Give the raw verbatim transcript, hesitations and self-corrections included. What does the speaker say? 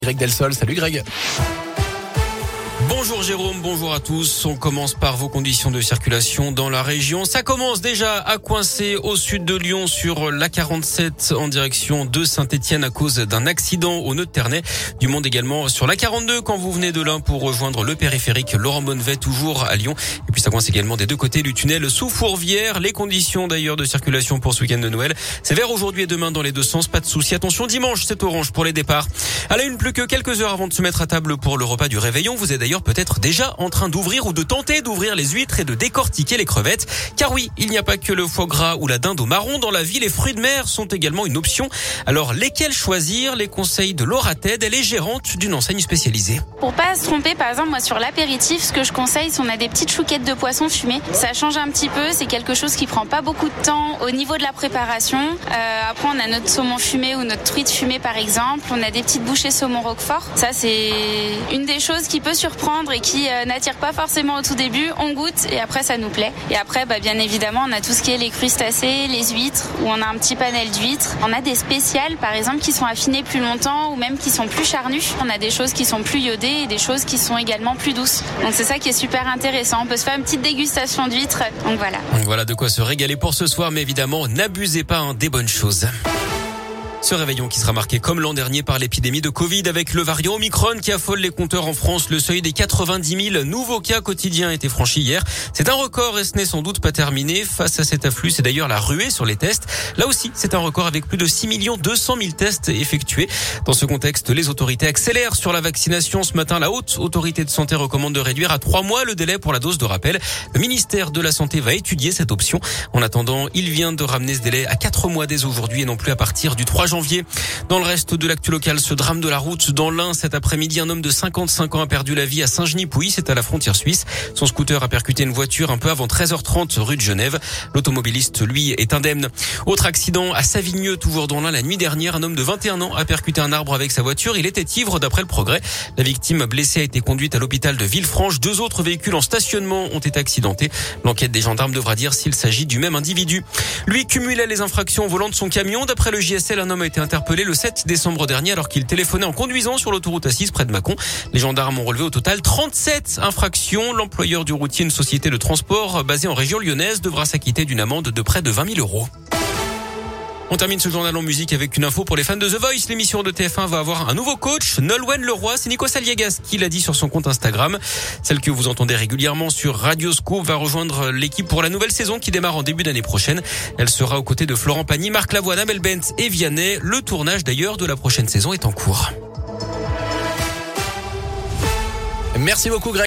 Greg Delsol, salut Greg. Bonjour Jérôme, bonjour à tous. On commence par vos conditions de circulation dans la région. Ça commence déjà à coincer au sud de Lyon sur l'A quarante-sept en direction de Saint-Etienne à cause d'un accident au nœud de Ternay. Du monde également sur l'A quarante-deux quand vous venez de l'Ain pour rejoindre le périphérique Laurent Bonnevet, toujours à Lyon. Et puis ça coince également des deux côtés du tunnel sous Fourvière. Les conditions d'ailleurs de circulation pour ce week-end de Noël. C'est vert aujourd'hui et demain dans les deux sens, pas de souci. Attention, dimanche c'est orange pour les départs. À la une, plus que quelques heures avant de se mettre à table pour le repas du réveillon. Vous êtes d'ailleurs peut-être déjà en train d'ouvrir ou de tenter d'ouvrir les huîtres et de décortiquer les crevettes. Car oui, il n'y a pas que le foie gras ou la dinde au marron. Dans la vie, les fruits de mer sont également une option. Alors, lesquels choisir? Les conseils de Laura Ted, elle est gérante d'une enseigne spécialisée. Pour pas se tromper, par exemple, moi sur l'apéritif, ce que je conseille, c'est on a des petites chouquettes de poisson fumées. Ça change un petit peu, c'est quelque chose qui prend pas beaucoup de temps au niveau de la préparation. Euh, après, on a notre saumon fumé ou notre truite fumée, par exemple. On a des petites bouchées saumon roquefort. Ça, c'est une des choses qui peut surprendre et qui euh, n'attire pas forcément au tout début. On goûte et après, ça nous plaît. Et après, bah, bien évidemment, on a tout ce qui est les crustacés, les huîtres, où on a un petit panel d'huîtres. On a des spéciales, par exemple, qui sont affinées plus longtemps ou même qui sont plus charnues. On a des choses qui sont plus iodées et des choses qui sont également plus douces. Donc c'est ça qui est super intéressant. On peut se faire une petite dégustation d'huîtres. Donc voilà. Donc voilà de quoi se régaler pour ce soir, mais évidemment, n'abusez pas hein, des bonnes choses. Ce réveillon qui sera marqué comme l'an dernier par l'épidémie de Covid avec le variant Omicron qui affole les compteurs en France. Le seuil des quatre-vingt-dix mille nouveaux cas quotidiens a été franchi hier. C'est un record et ce n'est sans doute pas terminé. Face à cet afflux, c'est d'ailleurs la ruée sur les tests. Là aussi, c'est un record avec plus de six millions deux cent mille tests effectués. Dans ce contexte, les autorités accélèrent sur la vaccination. Ce matin, la Haute Autorité de Santé recommande de réduire à trois mois le délai pour la dose de rappel. Le ministère de la Santé va étudier cette option. En attendant, il vient de ramener ce délai à quatre mois dès aujourd'hui et non plus à partir du trois janvier. Dans le reste de l'actu local, ce drame de la route dans l'Ain cet après-midi, un homme de cinquante-cinq ans a perdu la vie à Saint-Genis-Pouilly, c'est à la frontière suisse. Son scooter a percuté une voiture un peu avant treize heures trente rue de Genève. L'automobiliste, lui, est indemne. Autre accident à Savigneux, toujours dans l'Ain, la nuit dernière, un homme de vingt et un ans a percuté un arbre avec sa voiture. Il était ivre d'après le Progrès. La victime blessée a été conduite à l'hôpital de Villefranche. Deux autres véhicules en stationnement ont été accidentés. L'enquête des gendarmes devra dire s'il s'agit du même individu. Lui cumulait les infractions au volant de son camion. D'après le J S L, un homme a été interpellé le sept décembre dernier alors qu'il téléphonait en conduisant sur l'autoroute A six près de Mâcon. Les gendarmes ont relevé au total trente-sept infractions. L'employeur du routier, une société de transport basée en région lyonnaise, devra s'acquitter d'une amende de près de vingt mille euros. On termine ce journal en musique avec une info pour les fans de The Voice. L'émission de T F un va avoir un nouveau coach, Nolwenn Leroy. C'est Nico Saliegas qui l'a dit sur son compte Instagram. Celle que vous entendez régulièrement sur Radio Scoop va rejoindre l'équipe pour la nouvelle saison qui démarre en début d'année prochaine. Elle sera aux côtés de Florent Pagny, Marc Lavoine, Amel Bent et Vianney. Le tournage d'ailleurs de la prochaine saison est en cours. Merci beaucoup Greg.